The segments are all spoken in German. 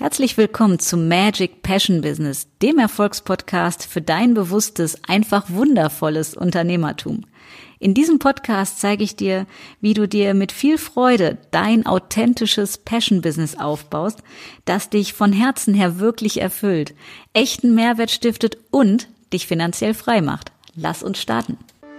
Herzlich willkommen zu Magic Passion Business, dem Erfolgspodcast für dein bewusstes, einfach wundervolles Unternehmertum. In diesem Podcast zeige ich dir, wie du dir mit viel Freude dein authentisches Passion Business aufbaust, das dich von Herzen her wirklich erfüllt, echten Mehrwert stiftet und dich finanziell frei macht. Lass uns starten.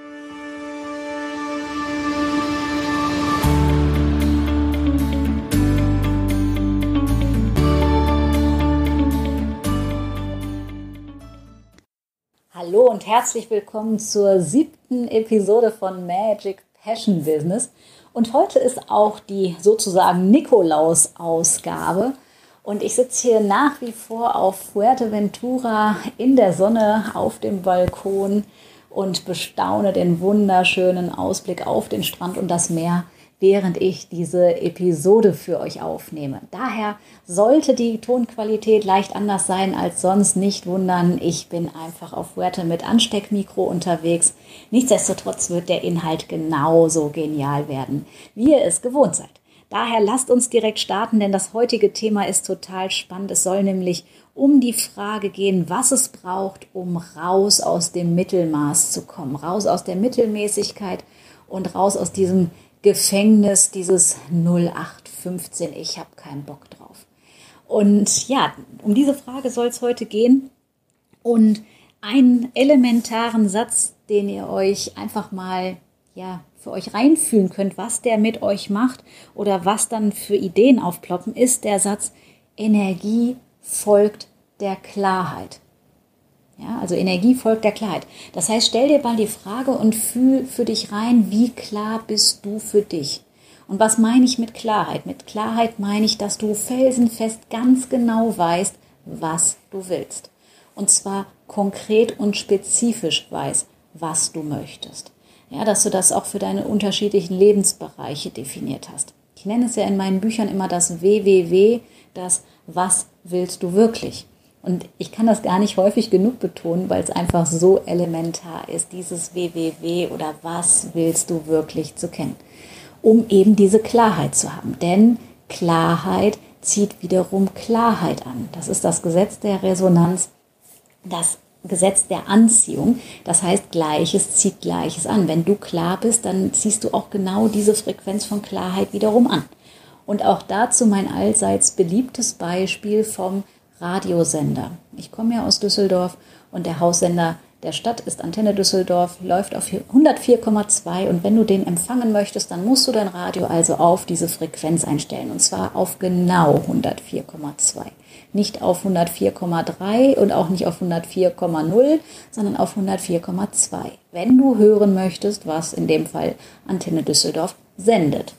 Hallo und herzlich willkommen zur 7. Episode von Magic Passion Business. Und heute ist auch die sozusagen Nikolaus-Ausgabe. Und ich sitze hier nach wie vor auf Fuerteventura in der Sonne auf dem Balkon und bestaune den wunderschönen Ausblick auf den Strand und das Meer, während ich diese Episode für euch aufnehme. Daher sollte die Tonqualität leicht anders sein als sonst. Nicht wundern, ich bin einfach auf Fuerte mit Ansteckmikro unterwegs. Nichtsdestotrotz wird der Inhalt genauso genial werden, wie ihr es gewohnt seid. Daher lasst uns direkt starten, denn das heutige Thema ist total spannend. Es soll nämlich um die Frage gehen, was es braucht, um raus aus dem Mittelmaß zu kommen, raus aus der Mittelmäßigkeit und raus aus diesem Gefängnis, dieses 0815, ich habe keinen Bock drauf. Und ja, um diese Frage soll es heute gehen und einen elementaren Satz, den ihr euch einfach mal für euch reinfühlen könnt, was der mit euch macht oder was dann für Ideen aufploppen, ist der Satz: Energie folgt der Klarheit. Ja, also Energie folgt der Klarheit. Das heißt, stell dir mal die Frage und fühl für dich rein, wie klar bist du für dich? Und was meine ich mit Klarheit? Mit Klarheit meine ich, dass du felsenfest ganz genau weißt, was du willst. Und zwar konkret und spezifisch weißt, was du möchtest. Ja, dass du das auch für deine unterschiedlichen Lebensbereiche definiert hast. Ich nenne es ja in meinen Büchern immer das WWW, das Was willst du wirklich? Und ich kann das gar nicht häufig genug betonen, weil es einfach so elementar ist, dieses WWW oder was willst du wirklich zu kennen, um eben diese Klarheit zu haben. Denn Klarheit zieht wiederum Klarheit an. Das ist das Gesetz der Resonanz, das Gesetz der Anziehung. Das heißt, Gleiches zieht Gleiches an. Wenn du klar bist, dann ziehst du auch genau diese Frequenz von Klarheit wiederum an. Und auch dazu mein allseits beliebtes Beispiel vom Radiosender. Ich komme ja aus Düsseldorf und der Haussender der Stadt ist Antenne Düsseldorf, läuft auf 104,2 und wenn du den empfangen möchtest, dann musst du dein Radio also auf diese Frequenz einstellen und zwar auf genau 104,2. Nicht auf 104,3 und auch nicht auf 104,0, sondern auf 104,2. Wenn du hören möchtest, was in dem Fall Antenne Düsseldorf sendet,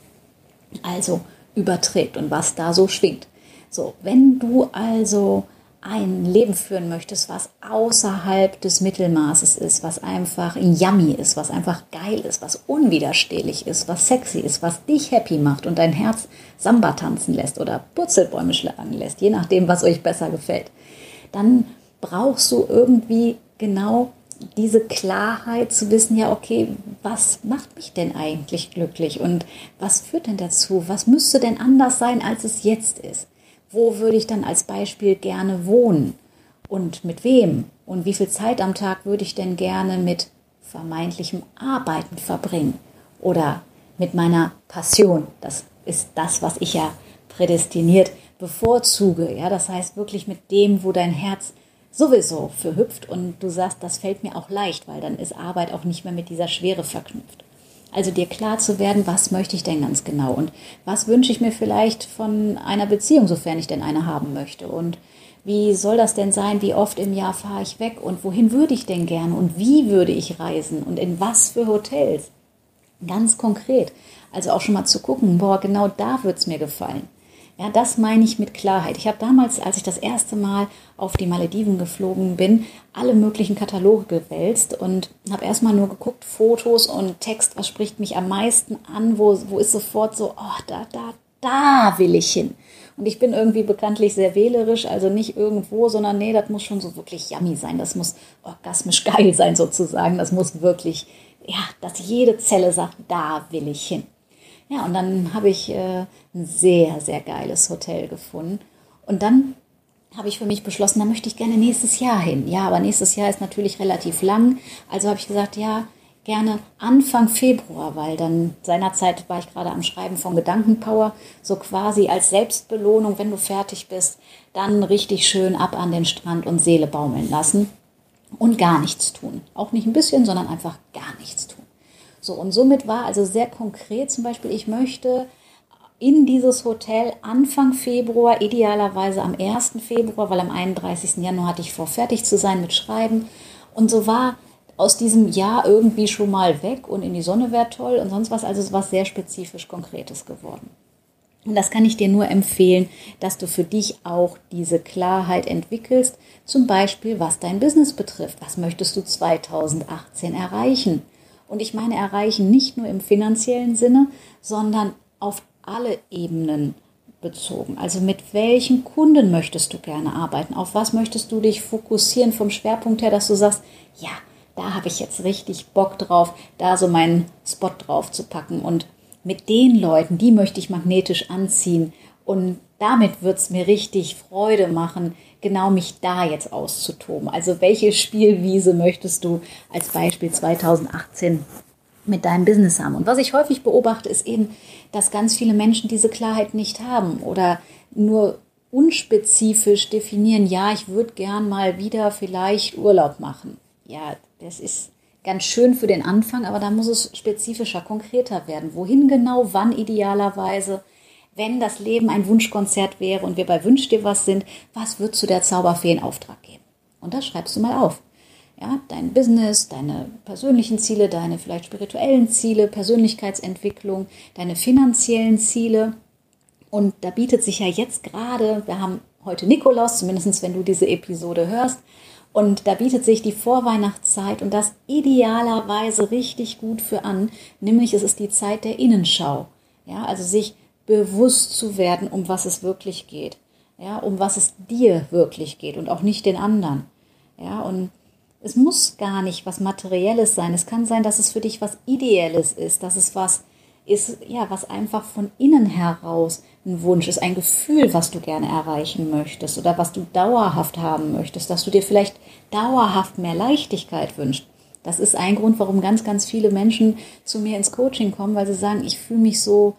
also überträgt und was da so schwingt. So, wenn du also ein Leben führen möchtest, was außerhalb des Mittelmaßes ist, was einfach yummy ist, was einfach geil ist, was unwiderstehlich ist, was sexy ist, was dich happy macht und dein Herz Samba tanzen lässt oder Purzelbäume schlagen lässt, je nachdem, was euch besser gefällt, dann brauchst du irgendwie genau diese Klarheit zu wissen, ja okay, was macht mich denn eigentlich glücklich und was führt denn dazu, was müsste denn anders sein, als es jetzt ist? Wo würde ich dann als Beispiel gerne wohnen und mit wem? Und wie viel Zeit am Tag würde ich denn gerne mit vermeintlichem Arbeiten verbringen oder mit meiner Passion? Das ist das, was ich ja prädestiniert bevorzuge. Ja, das heißt wirklich mit dem, wo dein Herz sowieso für hüpft und du sagst, das fällt mir auch leicht, weil dann ist Arbeit auch nicht mehr mit dieser Schwere verknüpft. Also dir klar zu werden, was möchte ich denn ganz genau und was wünsche ich mir vielleicht von einer Beziehung, sofern ich denn eine haben möchte und wie soll das denn sein, wie oft im Jahr fahre ich weg und wohin würde ich denn gerne und wie würde ich reisen und in was für Hotels. Ganz konkret, also auch schon mal zu gucken, genau da wird es mir gefallen. Ja, das meine ich mit Klarheit. Ich habe damals, als ich das erste Mal auf die Malediven geflogen bin, alle möglichen Kataloge gewälzt und habe erstmal nur geguckt, Fotos und Text, was spricht mich am meisten an, wo ist sofort so, oh, da will ich hin. Und ich bin irgendwie bekanntlich sehr wählerisch, also nicht irgendwo, sondern nee, das muss schon so wirklich yummy sein, das muss orgasmisch geil sein sozusagen, das muss wirklich, ja, dass jede Zelle sagt, da will ich hin. Ja, und dann habe ich ein sehr, sehr geiles Hotel gefunden Und dann habe ich für mich beschlossen, da möchte ich gerne nächstes Jahr hin. Ja, aber nächstes Jahr ist natürlich relativ lang. Also habe ich gesagt, ja, gerne Anfang Februar, weil dann seinerzeit war ich gerade am Schreiben von Gedankenpower, so quasi als Selbstbelohnung, wenn du fertig bist, dann richtig schön ab an den Strand und Seele baumeln lassen und gar nichts tun. Auch nicht ein bisschen, sondern einfach gar nichts tun. So, und somit war also sehr konkret zum Beispiel, ich möchte in dieses Hotel Anfang Februar, idealerweise am 1. Februar, weil am 31. Januar hatte ich vor, fertig zu sein mit Schreiben. Und so war aus diesem Jahr irgendwie schon mal weg und in die Sonne wäre toll und sonst was. Also es war sehr spezifisch Konkretes geworden. Und das kann ich dir nur empfehlen, dass du für dich auch diese Klarheit entwickelst, zum Beispiel was dein Business betrifft. Was möchtest du 2018 erreichen? Und ich meine erreichen nicht nur im finanziellen Sinne, sondern auf alle Ebenen bezogen. Also mit welchen Kunden möchtest du gerne arbeiten? Auf was möchtest du dich fokussieren vom Schwerpunkt her, dass du sagst, ja, da habe ich jetzt richtig Bock drauf, da so meinen Spot drauf zu packen. Und mit den Leuten, die möchte ich magnetisch anziehen. Und damit wird es mir richtig Freude machen, genau mich da jetzt auszutoben. Also welche Spielwiese möchtest du als Beispiel 2018 mit deinem Business haben? Und was ich häufig beobachte, ist eben, dass ganz viele Menschen diese Klarheit nicht haben oder nur unspezifisch definieren, ja, ich würde gern mal wieder vielleicht Urlaub machen. Ja, das ist ganz schön für den Anfang, aber da muss es spezifischer, konkreter werden. Wohin genau, wann idealerweise? Wenn das Leben ein Wunschkonzert wäre und wir bei Wünsch dir was sind, was würdest du der Zauberfee in Auftrag geben? Und das schreibst du mal auf. Ja, dein Business, deine persönlichen Ziele, deine vielleicht spirituellen Ziele, Persönlichkeitsentwicklung, deine finanziellen Ziele. Und da bietet sich ja jetzt gerade, wir haben heute Nikolaus, zumindest wenn du diese Episode hörst, und da bietet sich die Vorweihnachtszeit und das idealerweise richtig gut für an, nämlich es ist die Zeit der Innenschau. Ja, also sich bewusst zu werden, um was es wirklich geht. Ja, um was es dir wirklich geht und auch nicht den anderen. Ja, und es muss gar nicht was Materielles sein. Es kann sein, dass es für dich was Ideelles ist, dass es was ist, ja, was einfach von innen heraus ein Wunsch ist, ein Gefühl, was du gerne erreichen möchtest oder was du dauerhaft haben möchtest, dass du dir vielleicht dauerhaft mehr Leichtigkeit wünschst. Das ist ein Grund, warum ganz, ganz viele Menschen zu mir ins Coaching kommen, weil sie sagen, ich fühle mich so,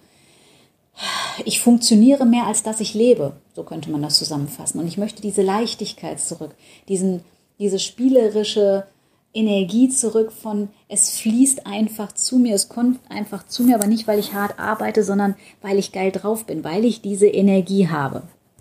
ich funktioniere mehr, als dass ich lebe. So könnte man das zusammenfassen. Und ich möchte diese Leichtigkeit zurück, diese spielerische Energie zurück von, es fließt einfach zu mir, es kommt einfach zu mir, aber nicht, weil ich hart arbeite, sondern weil ich geil drauf bin, weil ich diese Energie habe.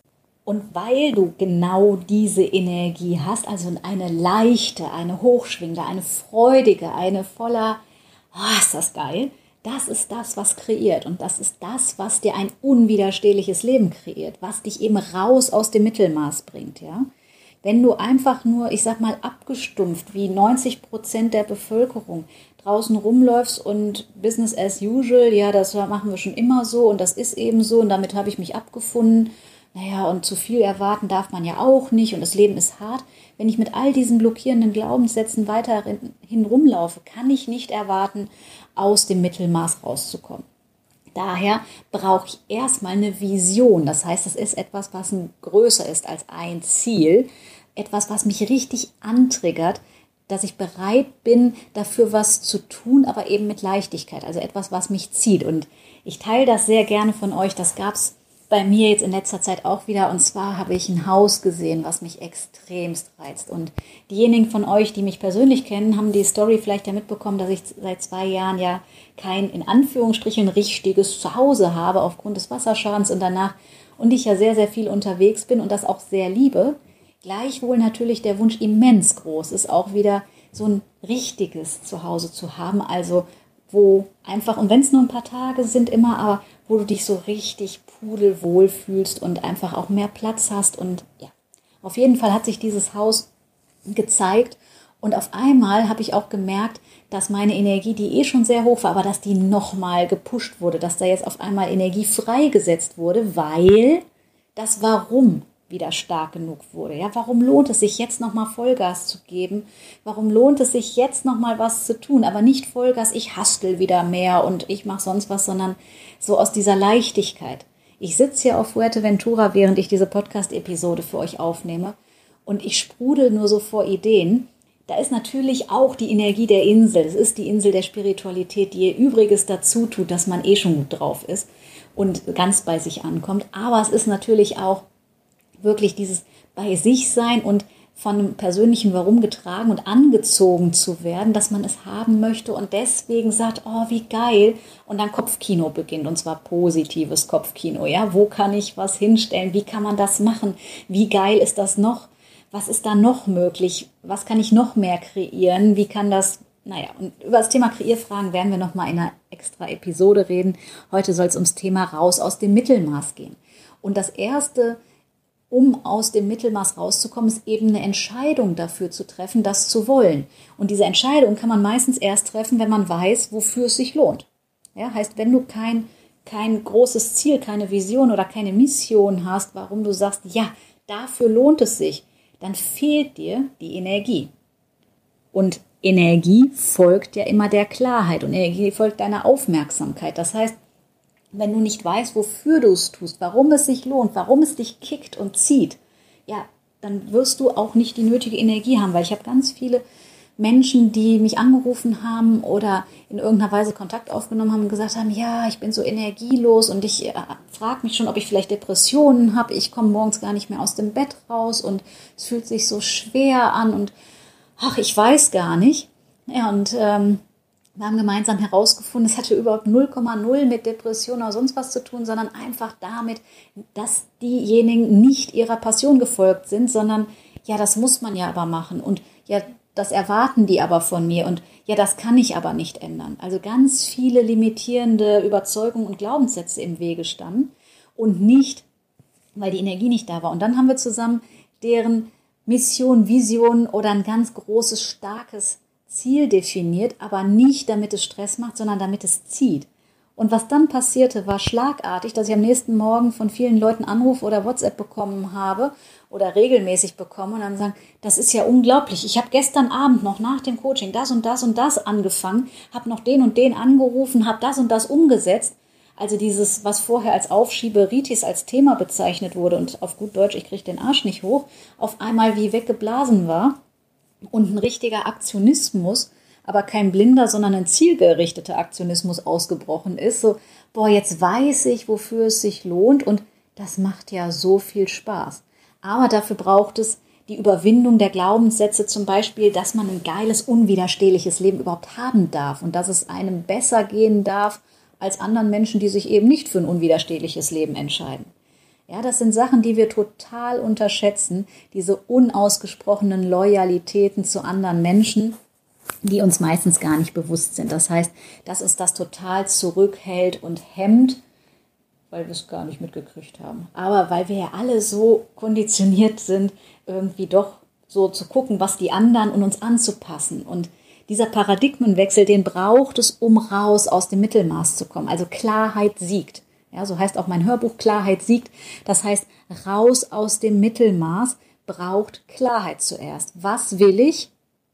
Und weil du genau diese Energie hast, also eine leichte, eine hochschwingende, eine freudige, eine voller, oh, ist das geil, das ist das, was kreiert und das ist das, was dir ein unwiderstehliches Leben kreiert, was dich eben raus aus dem Mittelmaß bringt, ja. Wenn du einfach nur, ich sag mal, abgestumpft, wie 90% der Bevölkerung draußen rumläufst und Business as usual, ja, das machen wir schon immer so und das ist eben so und damit habe ich mich abgefunden. Naja, und zu viel erwarten darf man ja auch nicht und das Leben ist hart. Wenn ich mit all diesen blockierenden Glaubenssätzen weiterhin rumlaufe, kann ich nicht erwarten, aus dem Mittelmaß rauszukommen. Daher brauche ich erstmal eine Vision. Das heißt, es ist etwas, was größer ist als ein Ziel. Etwas, was mich richtig antriggert, dass ich bereit bin, dafür was zu tun, aber eben mit Leichtigkeit. Also etwas, was mich zieht. Und ich teile das sehr gerne von euch. Das gab es bei mir jetzt in letzter Zeit auch wieder. Und zwar habe ich ein Haus gesehen, was mich extremst reizt. Und diejenigen von euch, die mich persönlich kennen, haben die Story vielleicht ja mitbekommen, dass ich seit 2 Jahren ja kein, in Anführungsstrichen, richtiges Zuhause habe aufgrund des Wasserschadens und danach. Und ich ja sehr, sehr viel unterwegs bin und das auch sehr liebe. Gleichwohl natürlich der Wunsch immens groß ist, auch wieder so ein richtiges Zuhause zu haben. Also wo einfach, und wenn es nur ein paar Tage sind immer, aber wo du dich so richtig pudelwohl fühlst und einfach auch mehr Platz hast. Und ja, auf jeden Fall hat sich dieses Haus gezeigt. Und auf einmal habe ich auch gemerkt, dass meine Energie, die eh schon sehr hoch war, aber dass die nochmal gepusht wurde, dass da jetzt auf einmal Energie freigesetzt wurde, weil das Warum wieder stark genug wurde. Ja, warum lohnt es sich jetzt nochmal Vollgas zu geben? Warum lohnt es sich jetzt nochmal was zu tun? Aber nicht Vollgas, ich hustle wieder mehr und ich mache sonst was, sondern so aus dieser Leichtigkeit. Ich sitze hier auf Fuerteventura, während ich diese Podcast-Episode für euch aufnehme und ich sprudel nur so vor Ideen. Da ist natürlich auch die Energie der Insel. Es ist die Insel der Spiritualität, die ihr Übriges dazu tut, dass man schon gut drauf ist und ganz bei sich ankommt. Aber es ist natürlich auch wirklich dieses bei sich sein und von einem persönlichen Warum getragen und angezogen zu werden, dass man es haben möchte und deswegen sagt, oh, wie geil, und dann Kopfkino beginnt, und zwar positives Kopfkino, ja, wo kann ich was hinstellen, wie kann man das machen, wie geil ist das noch, was ist da noch möglich, was kann ich noch mehr kreieren, wie kann das, und über das Thema Kreierfragen werden wir nochmal in einer extra Episode reden. Heute soll es ums Thema raus aus dem Mittelmaß gehen. Und das Erste, um aus dem Mittelmaß rauszukommen, ist eben eine Entscheidung dafür zu treffen, das zu wollen. Und diese Entscheidung kann man meistens erst treffen, wenn man weiß, wofür es sich lohnt. Ja, heißt, wenn du kein großes Ziel, keine Vision oder keine Mission hast, warum du sagst, ja, dafür lohnt es sich, dann fehlt dir die Energie. Und Energie folgt ja immer der Klarheit und Energie folgt deiner Aufmerksamkeit. Das heißt, wenn du nicht weißt, wofür du es tust, warum es sich lohnt, warum es dich kickt und zieht, ja, dann wirst du auch nicht die nötige Energie haben, weil ich habe ganz viele Menschen, die mich angerufen haben oder in irgendeiner Weise Kontakt aufgenommen haben und gesagt haben, ja, ich bin so energielos und ich frage mich schon, ob ich vielleicht Depressionen habe, ich komme morgens gar nicht mehr aus dem Bett raus und es fühlt sich so schwer an und ach, ich weiß gar nicht. Ja, und wir haben gemeinsam herausgefunden, es hatte überhaupt 0,0 mit Depression oder sonst was zu tun, sondern einfach damit, dass diejenigen nicht ihrer Passion gefolgt sind, sondern ja, das muss man ja aber machen und ja, das erwarten die aber von mir und ja, das kann ich aber nicht ändern. Also ganz viele limitierende Überzeugungen und Glaubenssätze im Wege standen und nicht, weil die Energie nicht da war. Und dann haben wir zusammen deren Mission, Vision oder ein ganz großes, starkes Ziel definiert, aber nicht damit es Stress macht, sondern damit es zieht. Und was dann passierte, war schlagartig, dass ich am nächsten Morgen von vielen Leuten Anruf oder WhatsApp bekommen habe oder regelmäßig bekomme und dann sagen, das ist ja unglaublich. Ich habe gestern Abend noch nach dem Coaching das und das und das angefangen, habe noch den und den angerufen, habe das und das umgesetzt. Also dieses, was vorher als Aufschieberitis als Thema bezeichnet wurde und auf gut Deutsch, ich kriege den Arsch nicht hoch, auf einmal wie weggeblasen war. Und ein richtiger Aktionismus, aber kein blinder, sondern ein zielgerichteter Aktionismus ausgebrochen ist. So, boah, jetzt weiß ich, wofür es sich lohnt und das macht ja so viel Spaß. Aber dafür braucht es die Überwindung der Glaubenssätze, zum Beispiel, dass man ein geiles, unwiderstehliches Leben überhaupt haben darf und dass es einem besser gehen darf als anderen Menschen, die sich eben nicht für ein unwiderstehliches Leben entscheiden. Ja, das sind Sachen, die wir total unterschätzen, diese unausgesprochenen Loyalitäten zu anderen Menschen, die uns meistens gar nicht bewusst sind. Das heißt, dass uns das total zurückhält und hemmt, weil wir es gar nicht mitgekriegt haben. Aber weil wir ja alle so konditioniert sind, irgendwie doch so zu gucken, was die anderen und uns anzupassen. Und dieser Paradigmenwechsel, den braucht es, um raus aus dem Mittelmaß zu kommen. Also Klarheit siegt. Ja, so heißt auch mein Hörbuch, Klarheit siegt. Das heißt, raus aus dem Mittelmaß braucht Klarheit zuerst. Was will ich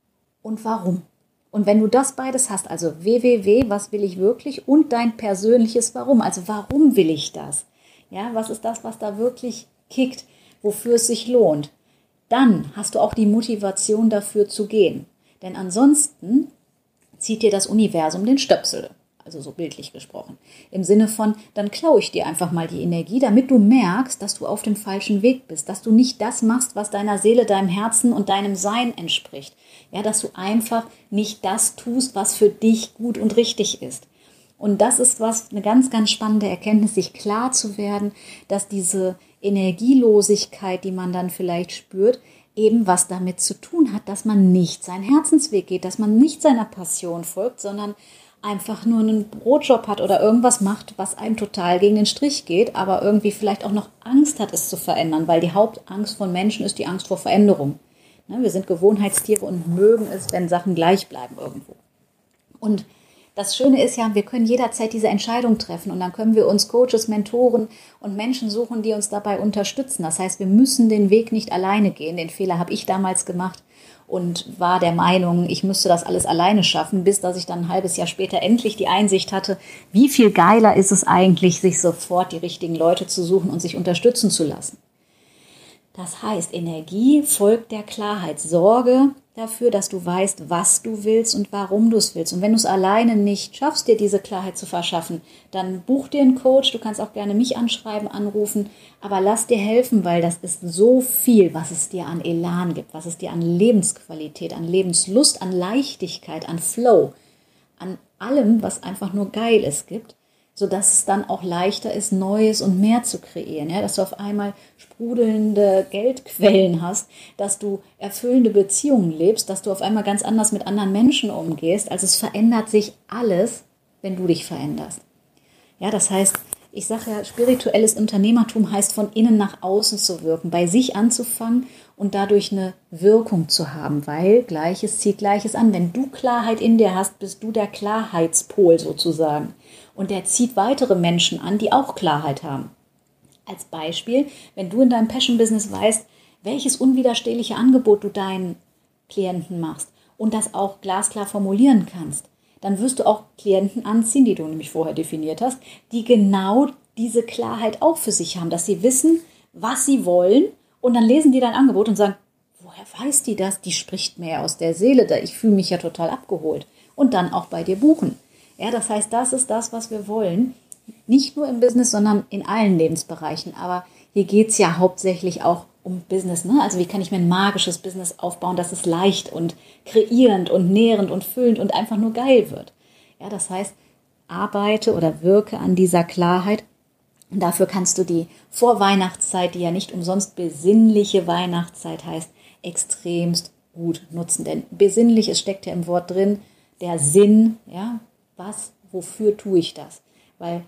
und warum? Und wenn du das beides hast, also was will ich wirklich und dein persönliches Warum, also warum will ich das? Ja, was ist das, was da wirklich kickt, wofür es sich lohnt? Dann hast du auch die Motivation dafür zu gehen. Denn ansonsten zieht dir das Universum den Stöpsel. Also so bildlich gesprochen. Im Sinne von, dann klaue ich dir einfach mal die Energie, damit du merkst, dass du auf dem falschen Weg bist, dass du nicht das machst, was deiner Seele, deinem Herzen und deinem Sein entspricht. Ja, dass du einfach nicht das tust, was für dich gut und richtig ist. Und das ist eine ganz, ganz spannende Erkenntnis, sich klar zu werden, dass diese Energielosigkeit, die man dann vielleicht spürt, eben was damit zu tun hat, dass man nicht seinen Herzensweg geht, dass man nicht seiner Passion folgt, sondern einfach nur einen Brotjob hat oder irgendwas macht, was einem total gegen den Strich geht, aber irgendwie vielleicht auch noch Angst hat, es zu verändern, weil die Hauptangst von Menschen ist die Angst vor Veränderung. Wir sind Gewohnheitstiere und mögen es, wenn Sachen gleich bleiben irgendwo. Und Das Schöne ist ja, wir können jederzeit diese Entscheidung treffen und dann können wir uns Coaches, Mentoren und Menschen suchen, die uns dabei unterstützen. Das heißt, wir müssen den Weg nicht alleine gehen. Den Fehler habe ich damals gemacht und war der Meinung, ich müsste das alles alleine schaffen, bis dass ich dann ein halbes Jahr später endlich die Einsicht hatte, wie viel geiler ist es eigentlich, sich sofort die richtigen Leute zu suchen und sich unterstützen zu lassen. Das heißt, Energie folgt der Klarheit. Sorge dafür, dass du weißt, was du willst und warum du es willst. Und wenn du es alleine nicht schaffst, dir diese Klarheit zu verschaffen, dann buch dir einen Coach. Du kannst auch gerne mich anschreiben, anrufen. Aber lass dir helfen, weil das ist so viel, was es dir an Elan gibt, was es dir an Lebensqualität, an Lebenslust, an Leichtigkeit, an Flow, an allem, was einfach nur geil ist, gibt, sodass es dann auch leichter ist, Neues und mehr zu kreieren. Ja? Dass du auf einmal sprudelnde Geldquellen hast, dass du erfüllende Beziehungen lebst, dass du auf einmal ganz anders mit anderen Menschen umgehst. Also es verändert sich alles, wenn du dich veränderst. Ja, das heißt, ich sage ja, spirituelles Unternehmertum heißt, von innen nach außen zu wirken, bei sich anzufangen und dadurch eine Wirkung zu haben, weil Gleiches zieht Gleiches an. Wenn du Klarheit in dir hast, bist du der Klarheitspol sozusagen. Und der zieht weitere Menschen an, die auch Klarheit haben. Als Beispiel, wenn du in deinem Passion-Business weißt, welches unwiderstehliche Angebot du deinen Klienten machst und das auch glasklar formulieren kannst, dann wirst du auch Klienten anziehen, die du nämlich vorher definiert hast, die genau diese Klarheit auch für sich haben, dass sie wissen, was sie wollen und dann lesen die dein Angebot und sagen, woher weiß die das? Die spricht mir aus der Seele, ich fühle mich ja total abgeholt und dann auch bei dir buchen. Ja, das heißt, das ist das, was wir wollen. Nicht nur im Business, sondern in allen Lebensbereichen. Aber hier geht es ja hauptsächlich auch um Business. Ne? Also wie kann ich mir ein magisches Business aufbauen, dass es leicht und kreierend und nährend und füllend und einfach nur geil wird. Ja, das heißt, arbeite oder wirke an dieser Klarheit. Und dafür kannst du die Vorweihnachtszeit, die ja nicht umsonst besinnliche Weihnachtszeit heißt, extremst gut nutzen. Denn besinnlich, es steckt ja im Wort drin, der Sinn, ja, wofür tue ich das? Weil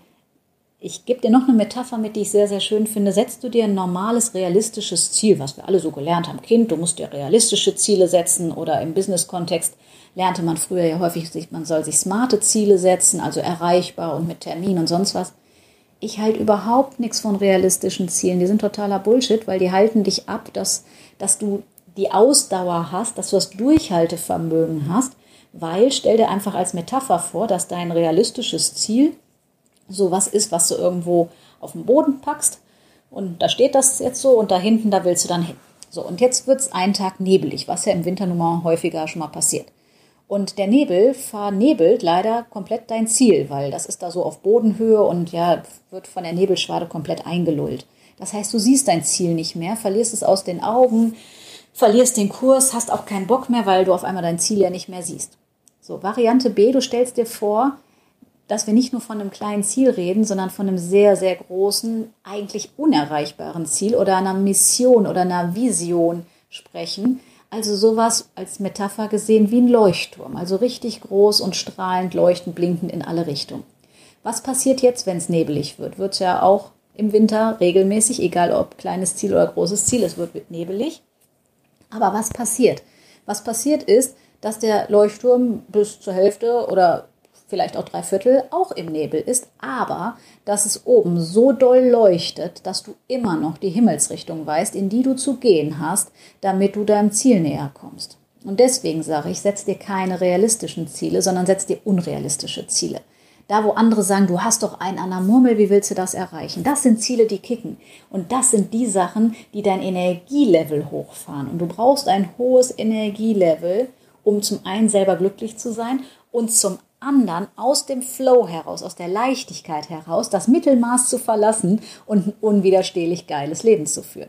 ich gebe dir noch eine Metapher mit, die ich sehr, sehr schön finde. Setzt du dir ein normales, realistisches Ziel, was wir alle so gelernt haben. Kind, du musst dir realistische Ziele setzen oder im Business-Kontext lernte man früher ja häufig, man soll sich smarte Ziele setzen, also erreichbar und mit Termin und sonst was. Ich halte überhaupt nichts von realistischen Zielen. Die sind totaler Bullshit, weil die halten dich ab, dass du die Ausdauer hast, dass du das Durchhaltevermögen hast. Weil, stell dir einfach als Metapher vor, dass dein realistisches Ziel so was ist, was du irgendwo auf den Boden packst und da steht das jetzt so und da hinten, da willst du dann hin. So, und jetzt wird es einen Tag nebelig, was ja im Winter nun mal häufiger schon mal passiert. Und der Nebel vernebelt leider komplett dein Ziel, weil das ist da so auf Bodenhöhe und ja, wird von der Nebelschwade komplett eingelullt. Das heißt, du siehst dein Ziel nicht mehr, verlierst es aus den Augen, verlierst den Kurs, hast auch keinen Bock mehr, weil du auf einmal dein Ziel ja nicht mehr siehst. So, Variante B, du stellst dir vor, dass wir nicht nur von einem kleinen Ziel reden, sondern von einem sehr, sehr großen, eigentlich unerreichbaren Ziel oder einer Mission oder einer Vision sprechen. Also sowas als Metapher gesehen wie ein Leuchtturm, also richtig groß und strahlend, leuchtend, blinkend in alle Richtungen. Was passiert jetzt, wenn es nebelig wird? Wird es ja auch im Winter regelmäßig, egal ob kleines Ziel oder großes Ziel, es wird nebelig. Aber was passiert? Was passiert ist, dass der Leuchtturm bis zur Hälfte oder vielleicht auch 3/4 auch im Nebel ist, aber dass es oben so doll leuchtet, dass du immer noch die Himmelsrichtung weißt, in die du zu gehen hast, damit du deinem Ziel näher kommst. Und deswegen sage ich, setz dir keine realistischen Ziele, sondern setz dir unrealistische Ziele. Da, wo andere sagen, du hast doch einen an der Murmel, wie willst du das erreichen? Das sind Ziele, die kicken. Und das sind die Sachen, die dein Energielevel hochfahren. Und du brauchst ein hohes Energielevel, um zum einen selber glücklich zu sein und zum anderen aus dem Flow heraus, aus der Leichtigkeit heraus, das Mittelmaß zu verlassen und ein unwiderstehlich geiles Leben zu führen.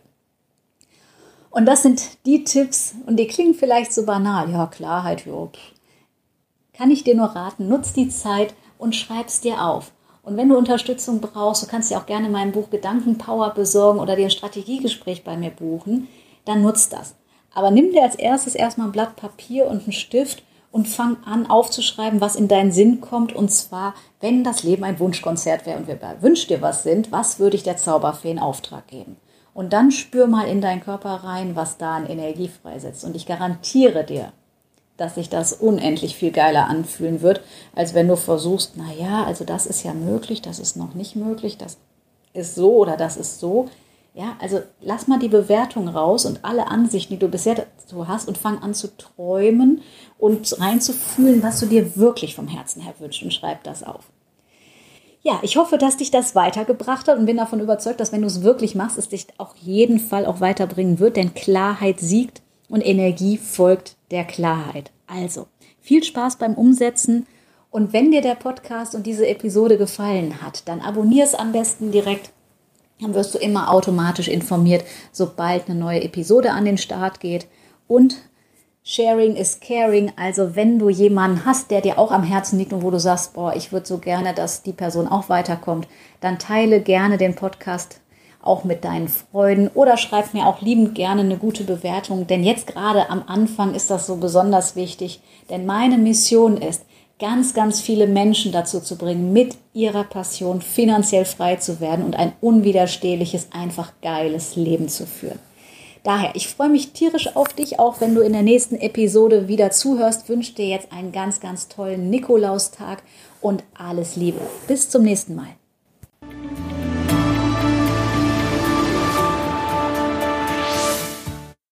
Und das sind die Tipps, und die klingen vielleicht so banal. Ja, Klarheit, ja, kann ich dir nur raten, nutz die Zeit und schreib's dir auf. Und wenn du Unterstützung brauchst, du kannst dir auch gerne mein Buch Gedankenpower besorgen oder dir ein Strategiegespräch bei mir buchen, dann nutz das. Aber nimm dir als erstes erstmal ein Blatt Papier und einen Stift und fang an aufzuschreiben, was in deinen Sinn kommt. Und zwar, wenn das Leben ein Wunschkonzert wäre und wir bei Wünsch dir was sind, was würde ich der Zauberfee in Auftrag geben? Und dann spür mal in deinen Körper rein, was da an Energie freisetzt. Und ich garantiere dir, dass sich das unendlich viel geiler anfühlen wird, als wenn du versuchst, naja, also das ist ja möglich, das ist noch nicht möglich, das ist so oder das ist so. Ja, also lass mal die Bewertung raus und alle Ansichten, die du bisher dazu hast, und fang an zu träumen und reinzufühlen, was du dir wirklich vom Herzen her wünschst, und schreib das auf. Ja, ich hoffe, dass dich das weitergebracht hat und bin davon überzeugt, dass wenn du es wirklich machst, es dich auf jeden Fall auch weiterbringen wird, denn Klarheit siegt und Energie folgt der Klarheit. Also, viel Spaß beim Umsetzen, und wenn dir der Podcast und diese Episode gefallen hat, dann abonniere es am besten direkt. Dann wirst du immer automatisch informiert, sobald eine neue Episode an den Start geht. Und Sharing is caring, also wenn du jemanden hast, der dir auch am Herzen liegt und wo du sagst, boah, ich würde so gerne, dass die Person auch weiterkommt, dann teile gerne den Podcast auch mit deinen Freunden oder schreib mir auch liebend gerne eine gute Bewertung, denn jetzt gerade am Anfang ist das so besonders wichtig, denn meine Mission ist, ganz, ganz viele Menschen dazu zu bringen, mit ihrer Passion finanziell frei zu werden und ein unwiderstehliches, einfach geiles Leben zu führen. Daher, ich freue mich tierisch auf dich, auch wenn du in der nächsten Episode wieder zuhörst. Wünsche dir jetzt einen ganz, ganz tollen Nikolaustag und alles Liebe. Bis zum nächsten Mal.